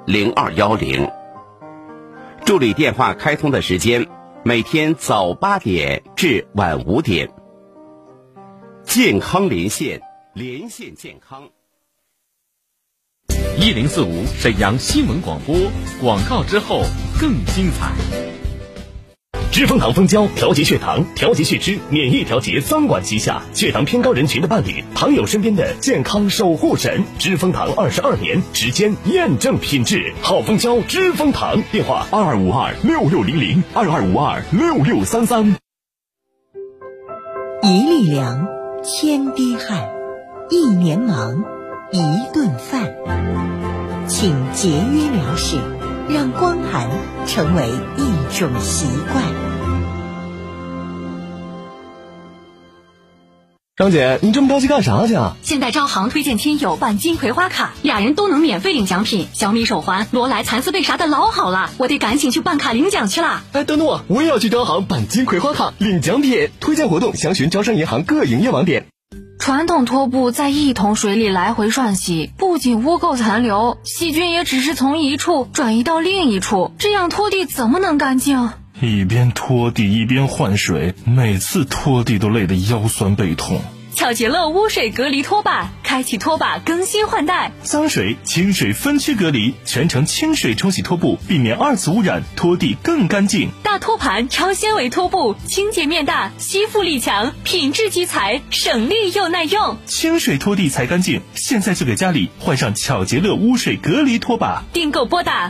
0210。助理电话开通的时间每天早8点至晚5点。健康连线，连线健康。 1045沈阳新闻广播，广告之后更精彩。 知蜂糖蜂胶调节血糖、调节血脂、免疫调节3管齐下，血糖偏高人群的伴侣，糖友身边的健康守护神。知蜂糖22年时间验证品质，好蜂胶知蜂糖，电话22526600，22526633。 一粒粮，千滴汗，一年忙，一顿饭。请节约粮食，让光寒成为一种习惯。 张姐，你这么着急干啥去啊？ 现在招行推荐亲友办金葵花卡，2人都能免费领奖品，小米手环、罗莱蚕丝被啥的老好了，我得赶紧去办卡领奖去了。 哎，等等我也要去招行办金葵花卡领奖品。推荐活动详询招商银行各营业网点。 传统拖布在一桶水里来回涮洗，不仅污垢残留，细菌也只是从一处转移到另一处，这样拖地怎么能干净？ 一边拖地一边换水，每次拖地都累得腰酸背痛。 巧洁乐污水隔离拖把，开启拖把更新换代， 脏水、清水分区隔离，全程清水冲洗拖布，避免2次污染，拖地更干净。 大托盘超纤维拖布，清洁面大，吸附力强，品质基材，省力又耐用。 清水拖地才干净，现在就给家里换上巧洁乐污水隔离拖把。 订购拨打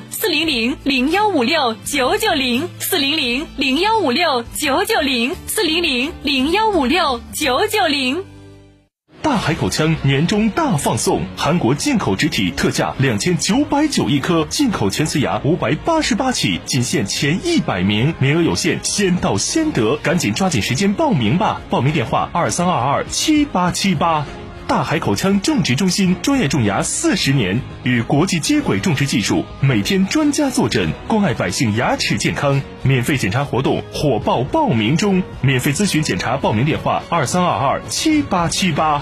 400-0156-990，400-0156-990，400-0156-990。 大海口腔年终大放送，韩国进口植体特价2990一颗，进口全瓷牙588起，仅限前100名，名额有限，先到先得，赶紧抓紧时间报名吧！报名电话23227878。大海口腔种植中心专业种牙40年，与国际接轨种植技术，每天专家坐诊，关爱百姓牙齿健康。免费检查活动火爆报名中，免费咨询检查报名电话23227878。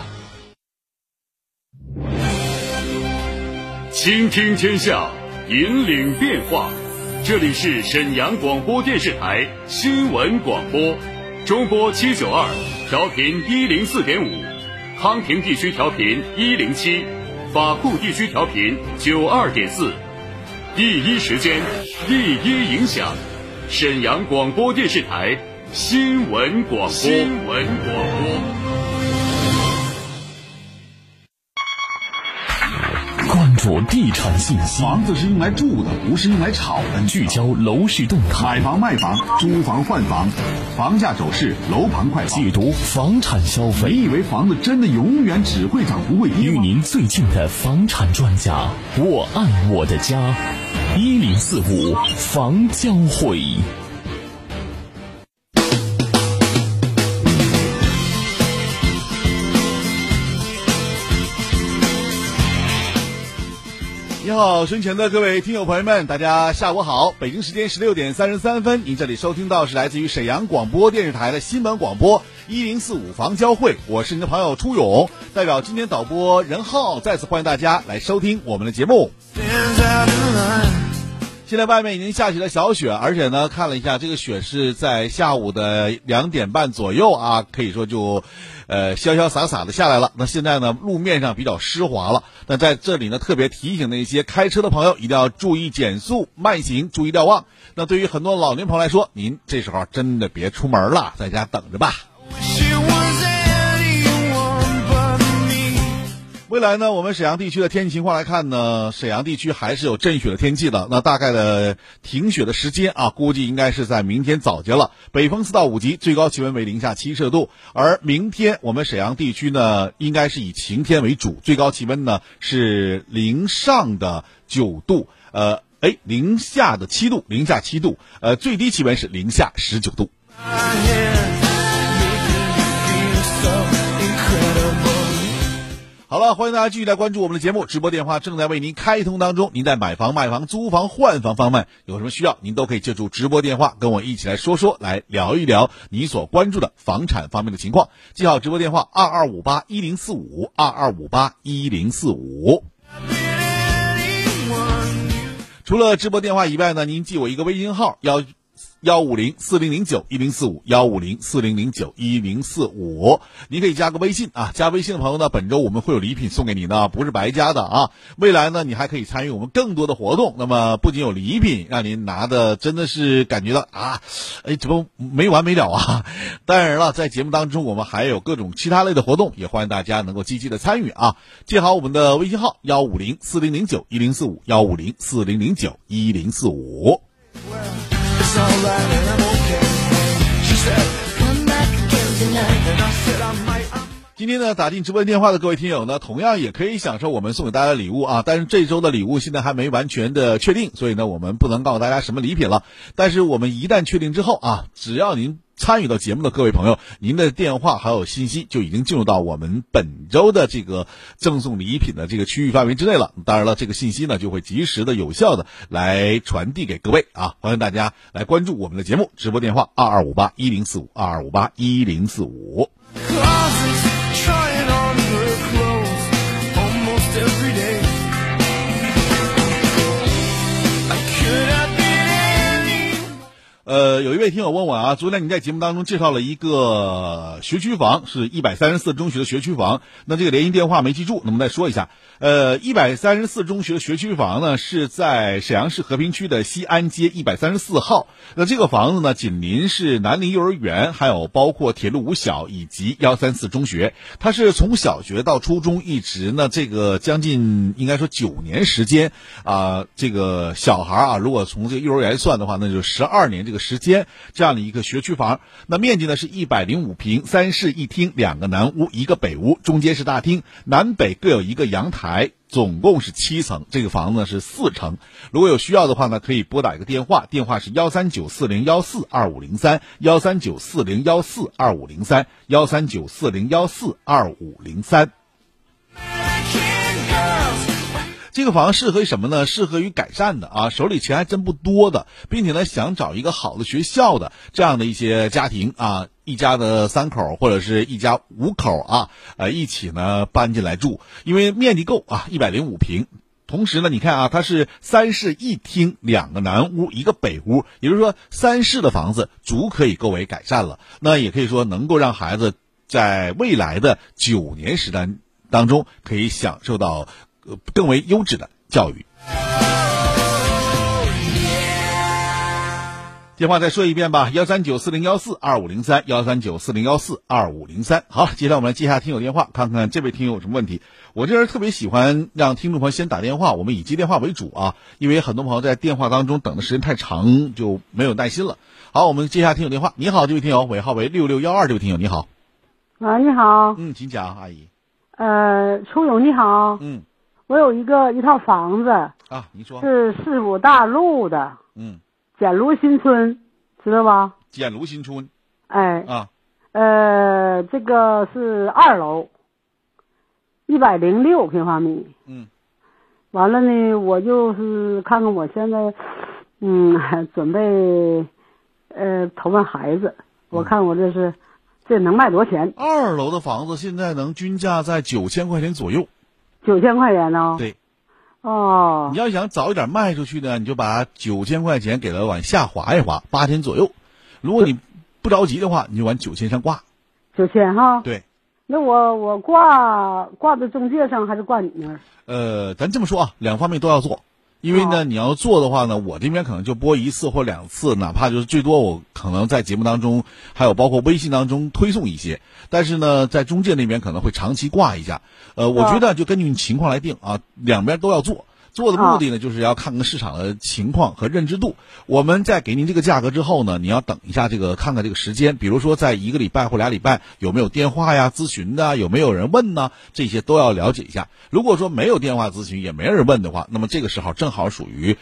倾听天下，引领变化。这里是沈阳广播电视台新闻广播，中波792，调频104.5，康平地区调频107，法库地区调频92.4。第一时间，第一影响，沈阳广播电视台新闻广播。 关注地产信息， 房子是用来住的，不是用来炒的。 聚焦楼市动态， 买房卖房，租房换房，房价走势，楼盘快报， 解读房产消费。 你以为房子真的永远只会涨不会跌吗？ 与您最近的房产专家，我爱我的家，1045房交会。 你好，身前的各位听友朋友们，大家下午好。北京时间16点33分，您这里收听到是来自于沈阳广播电视台的新闻广播1045房交会，我是您的朋友初勇，代表今天导播任浩，再次欢迎大家来收听我们的节目。现在外面已经下起了小雪，而且呢，看了一下这个雪是在下午的2点半左右啊，可以说就潇潇洒洒的下来了。那现在呢，路面上比较湿滑了。那在这里呢，特别提醒那些开车的朋友，一定要注意减速慢行，注意瞭望。那对于很多老年朋友来说，您这时候真的别出门了，在家等着吧。未来呢，我们沈阳地区的天气情况来看呢，沈阳地区还是有阵雪的天气的。那大概的停雪的时间啊，估计应该是在明天早间了。北风4到5级，最高气温为零下7摄氏度。而明天我们沈阳地区呢，应该是以晴天为主，最高气温呢是零上的9度，零下的7度，零下7度，最低气温是零下19度。好了，欢迎大家继续来关注我们的节目，直播电话正在为您开通当中。您在买房、卖房、租房、换房方面有什么需要，您都可以借助直播电话跟我一起来说说，来聊一聊你所关注的房产方面的情况。记好直播电话22581045，22581045。 除了直播电话以外呢，您记我一个微信号15040091045，15040091045，您可以加个微信啊。加微信的朋友呢，本周我们会有礼品送给你的，不是白加的啊。未来呢，你还可以参与我们更多的活动。那么不仅有礼品，让您拿的真的是感觉到啊，怎么没完没了啊？当然了，在节目当中我们还有各种其他类的活动，也欢迎大家能够积极的参与啊。记好我们的微信号15040091045，15040091045。 It's alright and I'm okay. She said, come back again tonight. And I said I might. 今天呢，打进直播电话的各位听友呢，同样也可以享受我们送给大家的礼物啊。但是这周的礼物现在还没完全的确定，所以呢，我们不能告诉大家什么礼品了。但是我们一旦确定之后啊，只要您参与到节目的各位朋友，您的电话还有信息就已经进入到我们本周的这个赠送礼品的这个区域范围之内了。当然了，这个信息呢就会及时的、有效的来传递给各位啊。欢迎大家来关注我们的节目，直播电话22581045，22581045。 Trying on her clothes almost every day. I could have been any. 有一位听友问我啊，昨天你在节目当中介绍了一个学区房，是134中学的学区房，那这个联系电话没记住，那么再说一下。134中学的学区房呢是在沈阳市和平区的西安街134号。那这个房子呢，紧邻是南林幼儿园，还有包括铁路五小以及134中学。它是从小学到初中一直呢，这个将近应该说9年时间啊，这个小孩啊，如果从这个幼儿园算的话，那就12年这个时间，这样的一个学区房。那面积呢是105平，3室1厅2个南屋1个北屋，中间是大厅，南北各有一个阳台，总共是7层。这个房子呢是4层。如果有需要的话呢，可以拨打一个电话，电话是13940142503，13940142503，13940142503。这个房适合于什么呢？适合于改善的啊，手里钱还真不多的，并且呢想找一个好的学校的这样的一些家庭啊，一家的3口或者是一家5口啊，一起呢搬进来住，因为面积够啊，105平。同时呢，你看啊，它是3室1厅2个南屋1个北屋，也就是说3室的房子足可以够为改善了。那也可以说能够让孩子在未来的9年时代当中可以享受到更为优质的教育。电话再说一遍吧，13940142503，13940142503。好，接下来我们来接下听友电话，看看这位听友有什么问题。我这人特别喜欢让听众朋友先打电话，我们以接电话为主啊，因为很多朋友在电话当中等的时间太长，就没有耐心了。好，我们接下听友电话。你好，这位听友，尾号为6612，这位听友你好。 啊，你好。 请讲，阿姨。 初勇你好。我有一套房子啊，你说是市府大路的，简卢新村，知道吧？ 简卢新村， 哎啊， 这个是2楼，106平方米。完了呢，我就是看看我现在，准备投奔孩子，我看我这能卖多少钱 ？2楼的房子现在能均价在9000块钱左右。 9000块钱呢？ 对。 哦。 你要想早一点卖出去呢，你就把9000块钱给它往下划一划，8000左右。如果你不着急的话，你就往9000上挂。 9000哈？ 对。 那我挂在中介上还是挂你那儿？咱这么说啊，2方面都要做。因为呢，你要做的话呢，我这边可能就播1次或2次，哪怕就是最多我可能在节目当中，还有包括微信当中推送一些。但是呢，在中介那边可能会长期挂一下。我觉得就根据情况来定啊，两边都要做。做的目的呢，就是要看看市场的情况和认知度。我们在给您这个价格之后呢，你要等一下看看这个时间，比如说在1个礼拜或2礼拜有没有电话呀、咨询的，有没有人问呢？这些都要了解一下。如果说没有电话咨询，也没人问的话，那么这个时候正好属于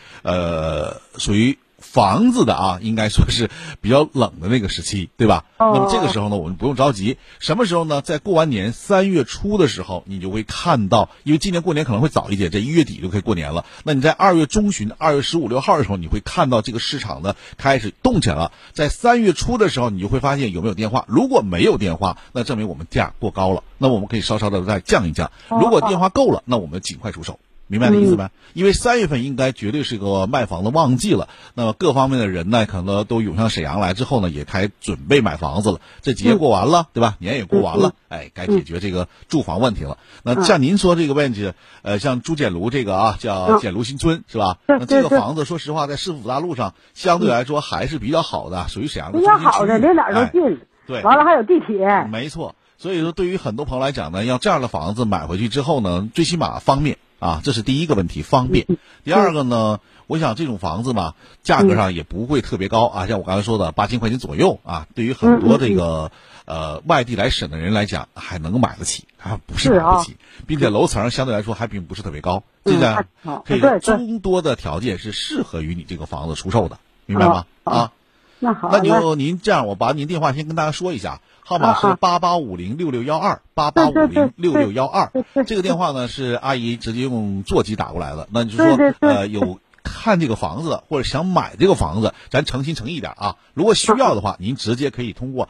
房子的啊，应该说是比较冷的那个时期，对吧？那么这个时候呢，我们不用着急。什么时候呢？在过完年3月初的时候，你就会看到，因为今年过年可能会早一点，这1月底就可以过年了。那你在2月中旬、2月15、16号的时候，你会看到这个市场呢开始动起来了。在3月初的时候，你就会发现有没有电话。如果没有电话，那证明我们价过高了，那我们可以稍稍的再降一降。如果电话够了，那我们尽快出手。 明白的意思没？因为3月份应该绝对是个卖房的旺季了，那么各方面的人呢，可能都涌向沈阳来之后呢，也开准备买房子了。这节过完了，对吧？年也过完了，该解决这个住房问题了。那像您说这个问题，像朱简庐这个啊，叫简庐新村是吧？那这个房子说实话，在市府大路上相对来说还是比较好的，属于沈阳的比较好的，离哪儿都近。 对， 完了还有地铁。 没错。所以说，对于很多朋友来讲呢，要这样的房子买回去之后呢，最起码方便啊，这是第一个问题，方便。第二个呢，我想这种房子嘛，价格上也不会特别高啊，像我刚才说的8000块钱左右啊，对于很多这个外地来省的人来讲，还能买得起，还不是买不起，并且楼层相对来说还并不是特别高，这样这个诸多的条件是适合于你这个房子出售的，明白吗？啊， 那好， 那就您这样，我把您电话先跟大家说一下。号码是88506612，88506612。这个电话呢是阿姨直接用座机打过来的。那就是说，有看这个房子或者想买这个房子，咱诚心诚意点啊。如果需要的话，您直接可以通过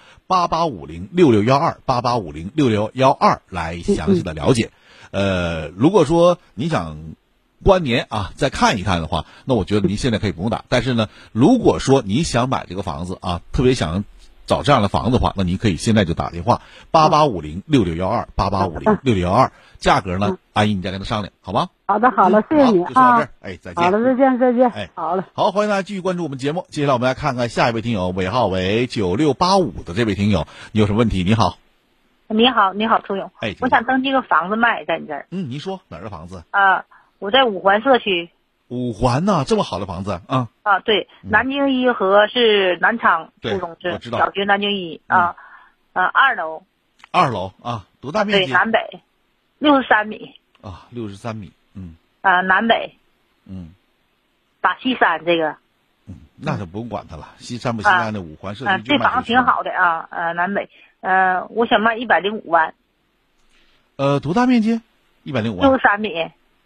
88506612，88506612来详细的了解。如果说你想过完年啊再看一看的话，那我觉得您现在可以不用打。但是呢，如果说你想买这个房子啊，特别想找这样的房子的话，那您可以现在就打电话88506612，88506612，价格呢，阿姨你再跟他商量，好吗？ 好的，谢谢你就说到这儿，再见。 好的，再见。好了， 好，欢迎大家继续关注我们节目。接下来我们来看看下一位听友，尾号为9685的这位听友，你有什么问题？你好。 你好，朱勇。我想登记个房子卖在你这儿。 您说哪儿的房子？ 我在五环社区。 五环呢，这么好的房子啊！ 对，南京1和是南昌初中我知道小学南京1啊，2楼。 2楼啊，多大面积？ 对，南北，63米。 63米， 南北。打西山这个。 那就不用管它了，西山不西山的五环社区。 这房子挺好的啊，南北，我想卖105万。 多大面积？105万。 63米。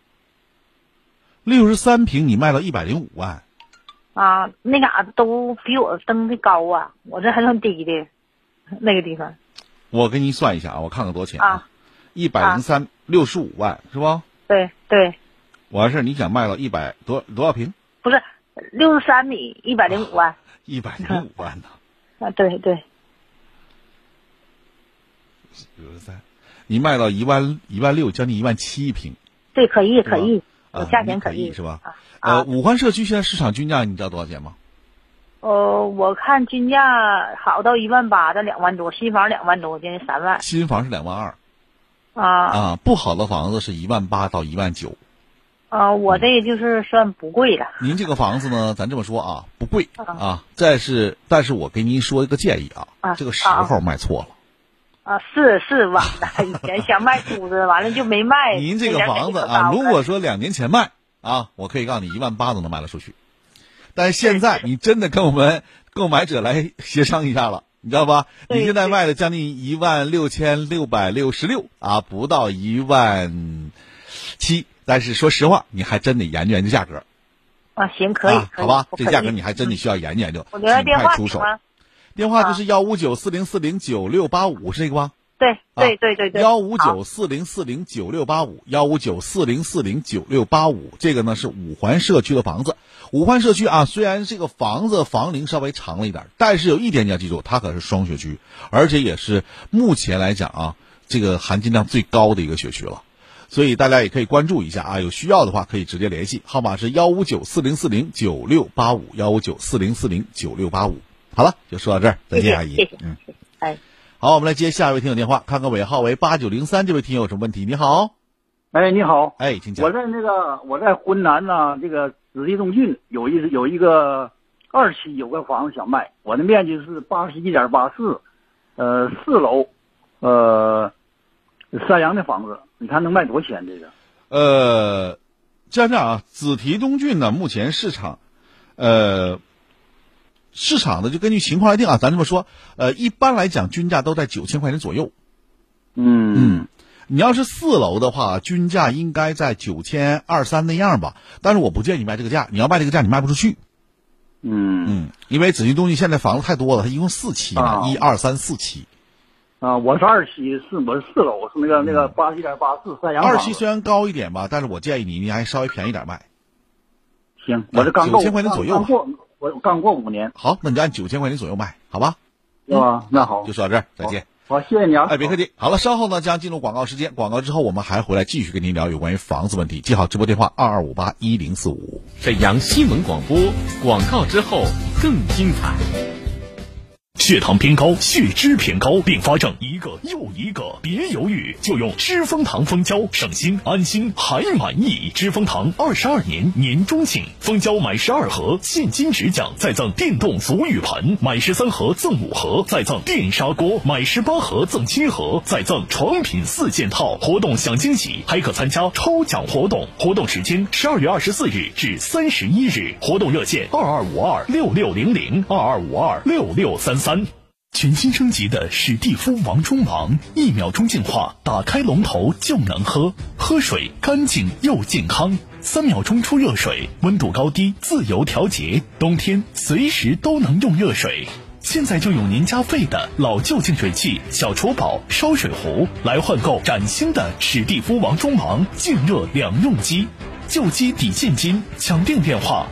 63平你卖到105万那嘎都比我登的高啊，我这还算低的那个地方。 我给您算一下啊，我看看多少钱103 65万是吧？ 对。 完事你想卖到多少平？ 不是63米105万。 105万呢？ 对。 63，你卖到16000，将近17000一平。 对，可以。价钱可以是吧？五环社区现在市场均价你知道多少钱吗？ 我看均价好到18000到2万多，新房2万多，将近3万。 新房是22000。不好的房子是18000到19000。 我这就是算不贵了。 您这个房子呢，咱这么说啊，不贵但是我给您说一个建议这个时候卖错了。是晚了， 以前想卖租子，完了就没卖。 您这个房子如果说2年前卖我可以告诉你18000都能卖得出去，但是现在你真的跟我们购买者来协商一下了，你知道吧？你现在卖的将近16666不到17000，但是说实话，你还真得研究研究价格。 行，可以， 好吧？这价格你还真得需要研究研究， 我留下电话出手。电话就是15940409685，是这个吗？ 对。 15940409685，15940409685，这个呢是五环社区的房子。五环社区虽然这个房子房龄稍微长了一点，但是有一点你要记住，它可是双学区，而且也是目前来讲这个含金量最高的一个学区了。所以大家也可以关注一下有需要的话可以直接联系，号码是15940409685，15940409685。好了，就说到这儿，再见，阿姨。 谢谢。 好，我们来接下一位听友电话，看看尾号为8903这位听友有什么问题？你好。 你好。 请讲。 我在浑南这个紫地洞郡有一个2期有个房子想卖，我的面积是81.84，4楼3阳的房子，你看能卖多少钱？这个这样紫堤东郡呢，目前市场的就根据情况来定咱这么说，一般来讲均价都在9000块钱左右。你要是4楼的话，均价应该在9223那样吧，但是我不建议你卖这个价，你要卖这个价你卖不出去。因为紫堤东郡现在房子太多了，它一共4期呢，1、2、3、4期。 我是2期，我是4楼，是那个81.84三洋房。 2期虽然高一点吧，但是我建议你还稍微便宜点卖。 行，我这刚够 9000块钱左右吧。 我刚过5年。 好，那你就按9000块钱左右卖，好吧？ 那好， 就说到这儿，再见。 好，谢谢你啊！ 别客气。好了，稍后呢将进入广告时间，广告之后我们还回来继续跟您聊有关于房子问题。记好直播电话22581045。 沈阳新闻广播，广告之后更精彩。 血糖偏高、血脂偏高，并发症一个又一个，别犹豫，就用知蜂堂蜂胶，省心、安心还满意。知蜂堂22年年中庆，蜂胶买12盒现金直奖，再赠电动足浴盆；买13盒赠5盒，再赠电砂锅；买18盒赠7盒，再赠床品4件套。活动享惊喜，还可参加抽奖活动。活动时间12月24日至31日，活动热线22526600，22526633。全新升级的史蒂夫王中王，1秒钟净化，打开龙头就能喝，喝水干净又健康。3秒钟出热水，温度高低自由调节，冬天随时都能用热水。现在就用您家废的老旧净水器、小厨宝、烧水壶来换购崭新的史蒂夫王中王净热2用机。旧机抵现金，抢订电话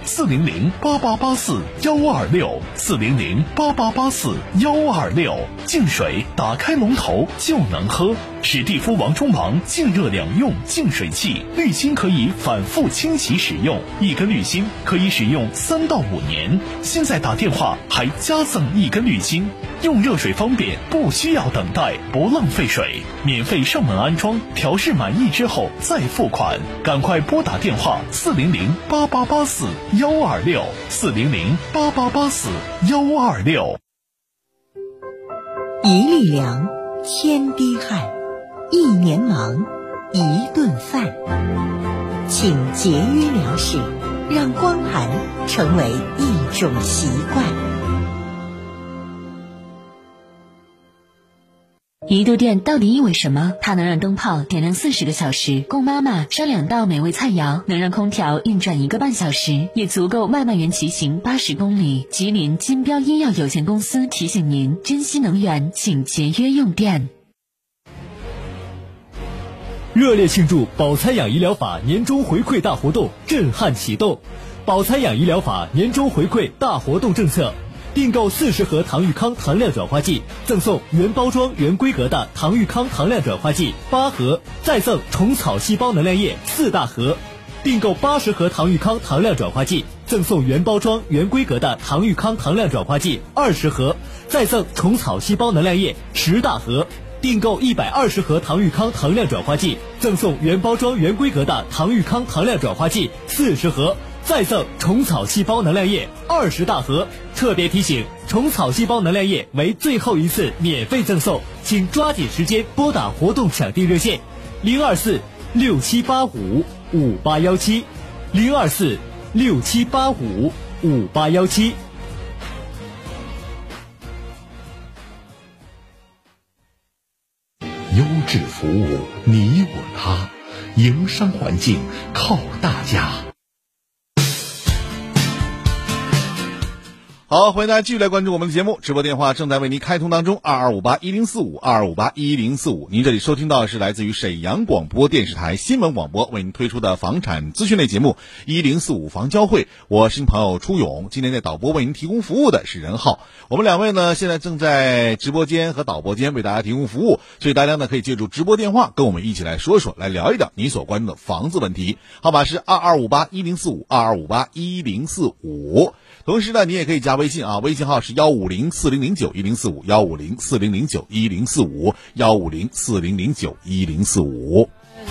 400-8884-126，400-8884-126。净水打开龙头就能喝。史蒂夫王中王净热2用净水器，滤芯可以反复清洗使用，1根滤芯可以使用3到5年。现在打电话还加赠1根滤芯，用热水方便，不需要等待，不浪费水，免费上门安装，调试满意之后再付款。赶快拨打电话400-8884-126，400-8884-126。 一粒粮，千滴汗，1年忙1顿饭。请节约粮食，让光寒成为一种习惯。 1度电到底意味什么？它能让灯泡点亮40个小时，供妈妈烧2道美味菜肴，能让空调运转1个半小时，也足够外卖员骑行80公里。吉林金标医药有限公司提醒您：珍惜能源，请节约用电。 热烈庆祝保参养医疗法年终回馈大活动震撼启动！保参养医疗法年终回馈大活动政策。订购40盒唐玉康糖量转化剂，赠送原包装原规格的唐玉康糖量转化剂8盒，再赠虫草细胞能量液4大盒。订购80盒唐玉康糖量转化剂，赠送原包装原规格的唐玉康糖量转化剂20盒，再赠虫草细胞能量液10大盒。订购120盒唐玉康糖量转化剂，赠送原包装原规格的唐玉康糖量转化剂40盒，再赠虫草细胞能量液20大盒。特别提醒，虫草细胞能量液为最后一次免费赠送，请抓紧时间拨打活动抢订热线024-6785-5817，024-6785-5817。 优质服务，你我他，营商环境靠大家。 好，欢迎大家继续来关注我们的节目，直播电话正在为您开通当中，22581045，22581045。您这里收听到的是来自于沈阳广播电视台新闻广播为您推出的房产资讯类节目1045房交会，我是您朋友初勇。今天在导播为您提供服务的是任浩，我们2位呢现在正在直播间和导播间为大家提供服务，所以大家呢可以借助直播电话跟我们一起来说说，来聊一聊你所关注的房子问题。号码是22581045，22581045。同时呢，你也可以加微信啊，微信号是15040091045 15040091045 15040091045。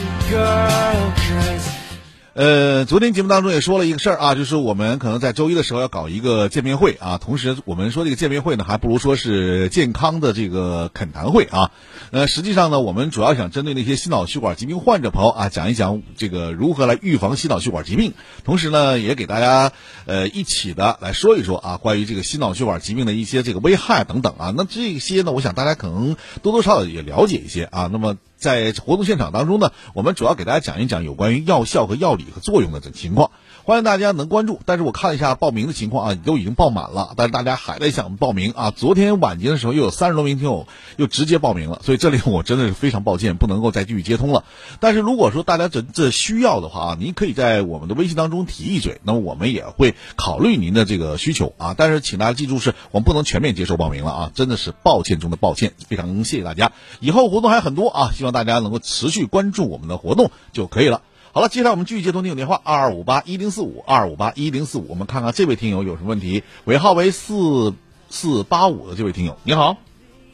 昨天节目当中也说了一个事儿啊，就是我们可能在周一的时候要搞一个见面会啊，同时我们说这个见面会呢，还不如说是健康的这个恳谈会啊。实际上呢，我们主要想针对那些心脑血管疾病患者朋友啊，讲一讲这个如何来预防心脑血管疾病，同时呢，也给大家一起的来说一说啊，关于这个心脑血管疾病的一些这个危害等等啊。那这些呢，我想大家可能多多少少也了解一些啊。那么在活动现场当中呢，我们主要给大家讲一讲有关于药效和药理和作用的这情况。 欢迎大家能关注。但是我看了一下报名的情况啊，都已经报满了，但是大家还在想报名啊。昨天晚间的时候又有30多名听友又直接报名了，所以这里我真的是非常抱歉，不能够再继续接通了。但是如果说大家这需要的话啊，您可以在我们的微信当中提一嘴，那么我们也会考虑您的这个需求啊。但是请大家记住，是我们不能全面接受报名了啊，真的是抱歉中的抱歉，非常谢谢大家。以后活动还很多啊，希望大家能够持续关注我们的活动就可以了。好了，接下来我们继续接通听友电话22581045，22581045，我们看看这位听友有什么问题。尾号为4485的这位听友，你好。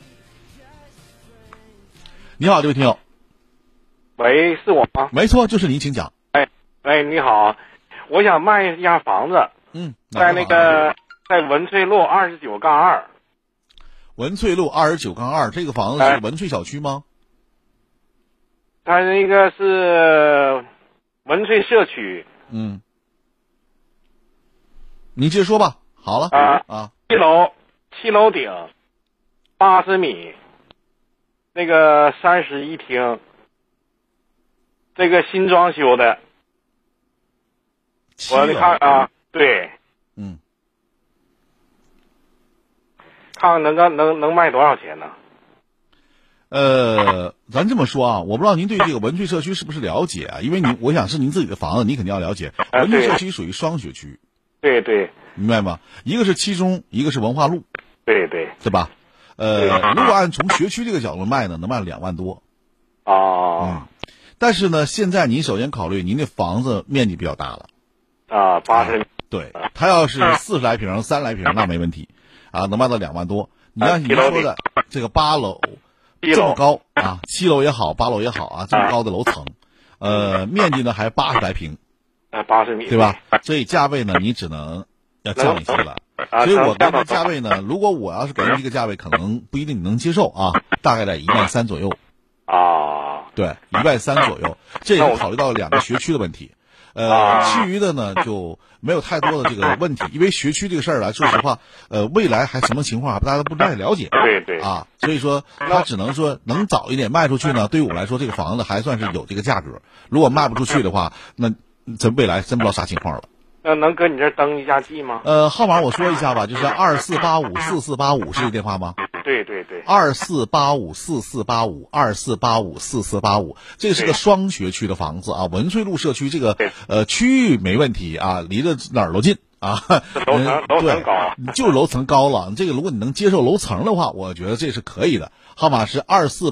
你好，这位听友。 喂，是我吗？ 没错，就是您，请讲。 哎，你好，我想卖一家房子，在那个在文翠路29-2。 文翠路29-2，这个房子是文翠小区吗？ 它那个是文翠社区。 您接着说吧。好了 7楼顶，80米，那个31厅，这个新装修的。我看啊，对，看能卖多少钱呢？ 咱这么说啊，我不知道您对这个文翠社区是不是了解啊？因为我想是您自己的房子，你肯定要了解。文翠社区属于双学区。 对对。 明白吗？一个是七中，一个是文化路。 对对。 对吧？如果按从学区这个角度卖呢，能卖2万多。但是呢，现在您首先考虑您的房子面积比较大了。 80米。 对，它要是40来平、30来平，那没问题啊，能卖到2万多。你像您说的这个8楼这么高啊，7楼也好，8楼也好啊，这么高的楼层，面积呢还80来平 ，80米， 对吧？所以价位呢，你只能要降一些了。所以我给的价位呢，如果我要是给您这个价位，可能不一定你能接受啊，大概在13000左右。对，13000左右，这也考虑到2个学区的问题。其余的呢就没有太多的这个问题，因为学区这个事儿来说实话，未来还什么情况大家都不太了解。 对对啊，所以说他只能说能早一点卖出去呢，对于我来说这个房子还算是有这个价格。如果卖不出去的话，那这未来真不知道啥情况了。 那能搁你这登一下记吗？ 号码我说一下吧，就是24854485是这电话吗？ 对对对 ，24854485，24854485，这是个双学区的房子啊，文翠路社区这个区域没问题啊，离着哪儿都近啊， 楼层高， 就是楼层高了。这个如果你能接受楼层的话，我觉得这是可以的。号码是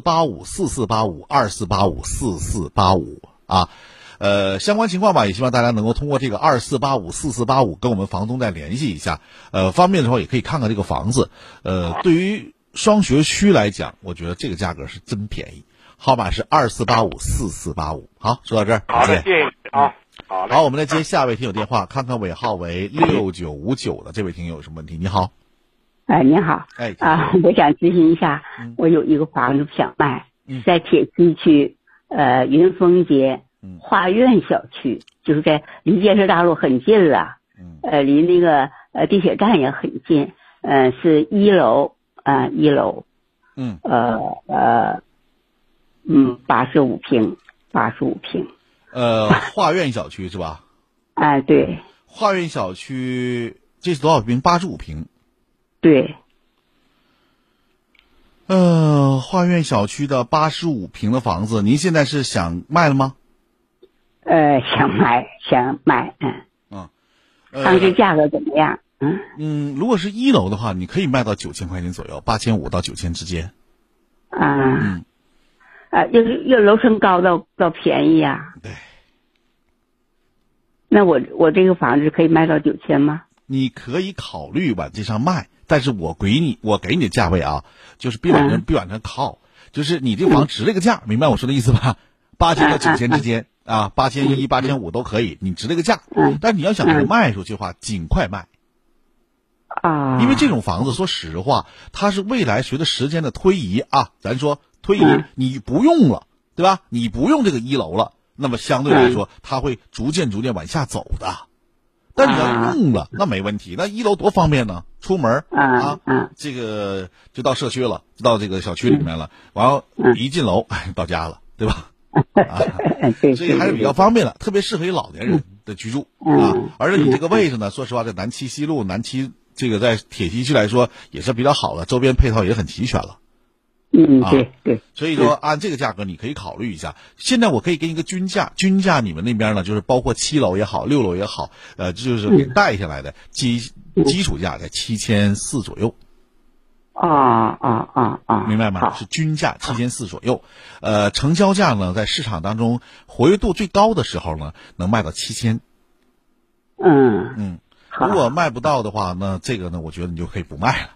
24854485，24854485啊。相关情况吧，也希望大家能够通过这个24854485跟我们房东再联系一下。方便的话也可以看看这个房子。对于双学区来讲，我觉得这个价格是真便宜。号码是24854485。好，说到这儿， 好的，谢谢啊。 好，我们来接下一位听友电话，看看尾号为6959的这位听友有什么问题？你好。 你好。我想咨询一下，我有一个房子想卖，在铁西区云峰街。花苑小区，就是在离建设大路很近了，离那个地铁站也很近，是1楼，85平， 花苑小区是吧？ 对。 花苑小区这是多少平？85平。 对。 花苑小区的85平的房子，您现在是想卖了吗？ 想买，看这价格怎么样？ 如果是1楼的话，你可以卖到9000块钱左右，8500到9000之间。 要楼层高到便宜呀。 对。 那我这个房子可以卖到9000吗？ 你可以考虑往这上卖，但是我给你的价位啊，就是别往这靠，就是你这个房值这个价，明白我说的意思吧？8000到9000之间。8100、8500都可以，你值这个价。但你要想卖出去的话，尽快卖。因为这种房子，说实话，它是未来随着时间的推移啊，咱说推移，你不用了，对吧？你不用这个1楼了，那么相对来说，它会逐渐往下走的。但你要用了，那没问题。那1楼多方便呢，出门这个就到社区了，就到这个小区里面了，然后一进楼，到家了，对吧？所以还是比较方便的，特别适合于老年人的居住啊。而且你这个位置呢，说实话，在南七西路、南七这个在铁西区来说也是比较好的，周边配套也很齐全了。 对， 所以说按这个价格你可以考虑一下。现在我可以给你一个均价你们那边呢，就是包括7楼也好，6楼也好，就是给带下来的基础价在7400左右。明白吗？是均价7400左右。成交价呢，在市场当中活跃度最高的时候呢，能卖到7000。如果卖不到的话，那这个呢，我觉得你就可以不卖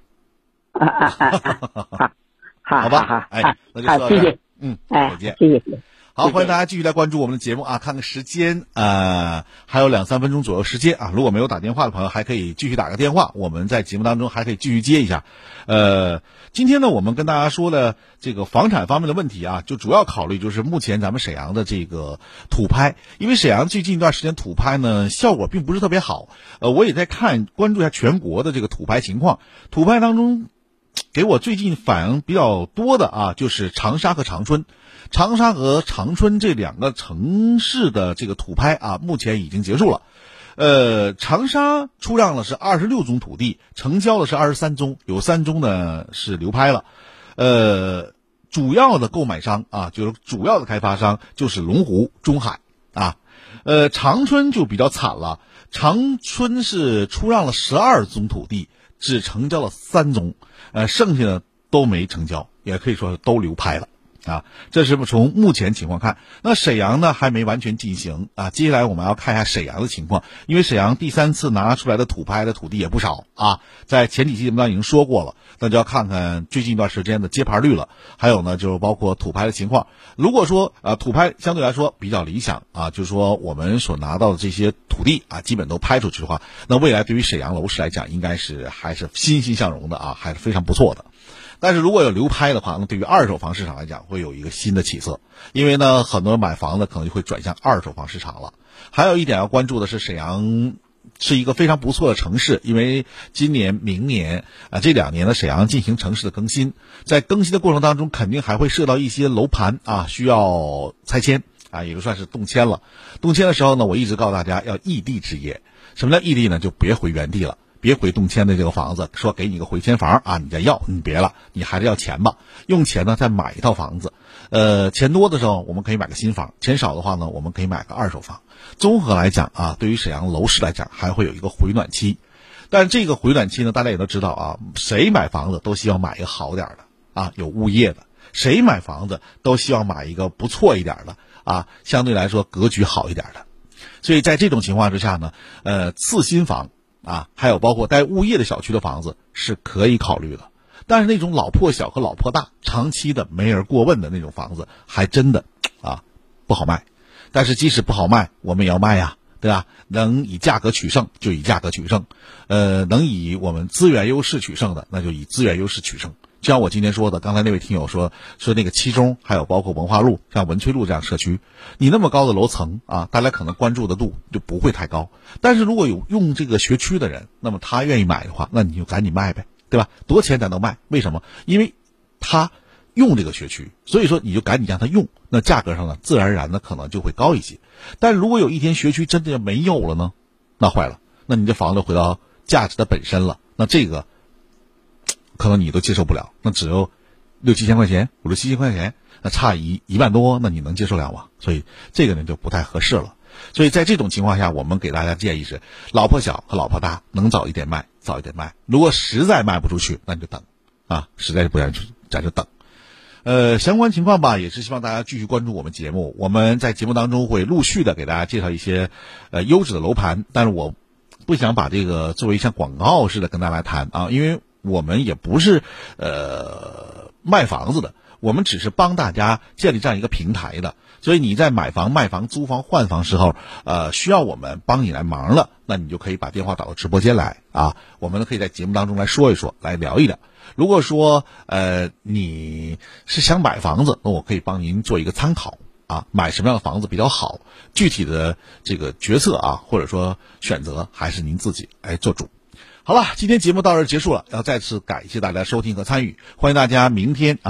了。好吧，那就说到这儿。 谢谢。 再见。 谢谢。 好，欢迎大家继续来关注我们的节目啊！看看时间，还有2-3分钟左右时间啊。如果没有打电话的朋友，还可以继续打个电话，我们在节目当中还可以继续接一下。今天呢，我们跟大家说的这个房产方面的问题啊，就主要考虑就是目前咱们沈阳的这个土拍，因为沈阳最近一段时间土拍呢效果并不是特别好。我也在关注一下全国的这个土拍情况，土拍当中给我最近反应比较多的啊，就是长沙和长春。长沙和长春这2个城市的这个土拍啊，目前已经结束了。长沙出让的是26宗土地，成交的是23宗，有3宗呢是流拍了。主要的购买商啊，就是主要的开发商就是龙湖、中海啊。长春就比较惨了，长春是出让了12宗土地，只成交了3宗，剩下的都没成交，也可以说都流拍了。这是从目前情况看。那沈阳呢还没完全进行啊，接下来我们要看一下沈阳的情况，因为沈阳第3次拿出来的土拍的土地也不少啊，在前几期节目当中已经说过了，那就要看看最近一段时间的接盘率了，还有呢就是包括土拍的情况。如果说土拍相对来说比较理想啊，就是说我们所拿到的这些土地啊基本都拍出去的话，那未来对于沈阳楼市来讲应该是还是欣欣向荣的啊，还是非常不错的。但是如果有流拍的话，那对于二手房市场来讲会有一个新的起色，因为呢很多人买房子可能就会转向二手房市场了。还有一点要关注的是，沈阳是一个非常不错的城市，因为今年明年这2年呢沈阳进行城市的更新，在更新的过程当中肯定还会涉到一些楼盘啊需要拆迁啊，也就算是动迁了。动迁的时候呢，我一直告诉大家要异地置业。什么叫异地呢？就别回原地了，别回动迁的这个房子，说给你个回迁房啊，你再要，你别了，你还是要钱吧，用钱呢再买一套房子。钱多的时候我们可以买个新房，钱少的话呢我们可以买个二手房。综合来讲啊，对于沈阳楼市来讲还会有一个回暖期。但这个回暖期呢，大家也都知道啊，谁买房子都希望买一个好点的啊，有物业的，谁买房子都希望买一个不错一点的啊，相对来说格局好一点的。所以在这种情况之下呢，次新房啊，还有包括带物业的小区的房子是可以考虑的。但是那种老破小和老破大，长期的没人过问的那种房子，还真的不好卖。但是即使不好卖，我们也要卖呀，对吧？能以价格取胜就以价格取胜，能以我们资源优势取胜的，那就以资源优势取胜。就像我今天说的，刚才那位听友说那个七中，还有包括文化路、像文翠路这样社区，你那么高的楼层啊，大家可能关注的度就不会太高。但是如果有用这个学区的人，那么他愿意买的话，那你就赶紧卖呗，对吧？多钱咱都卖，为什么？因为他用这个学区，所以说你就赶紧让他用，那价格上呢，自然而然的可能就会高一些。但如果有一天学区真的没有了呢，那坏了，那你这房子回到价值的本身了，那这个可能你都接受不了，那只有6-7千块钱，5-6-7千块钱，那差1万多，那你能接受了吗？所以这个呢就不太合适了。所以在这种情况下，我们给大家建议是，老破小和老破大能早一点卖，早一点卖。如果实在卖不出去，那你就等啊，实在是不然咱就等。相关情况吧，也是希望大家继续关注我们节目。我们在节目当中会陆续的给大家介绍一些优质的楼盘，但是我不想把这个作为像广告似的跟大家来谈啊，因为我们也不是卖房子的，我们只是帮大家建立这样一个平台的。所以你在买房、卖房、租房、换房时候，需要我们帮你来忙了，那你就可以把电话打到直播间来啊，我们可以在节目当中来说一说，来聊一聊。如果说你是想买房子，那我可以帮您做一个参考啊，买什么样的房子比较好，具体的这个决策啊，或者说选择还是您自己来做主。好了，今天节目到这儿结束了，要再次感谢大家收听和参与，欢迎大家明天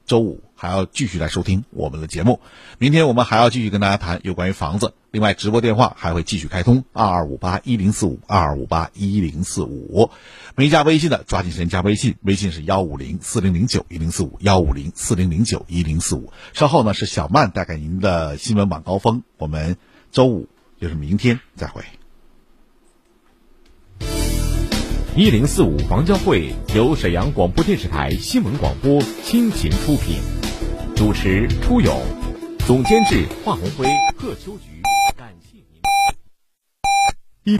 周五还要继续来收听我们的节目。明天我们还要继续跟大家谈有关于房子，另外直播电话还会继续开通22581045 22581045。没加微信的抓紧时间加微信，微信是15040091045 15040091045。稍后呢是小曼带给您的新闻晚高峰，我们周五就是明天再会。 1045房交会由沈阳广播电视台新闻广播倾情出品，主持初勇，总监制华红辉、贺秋菊。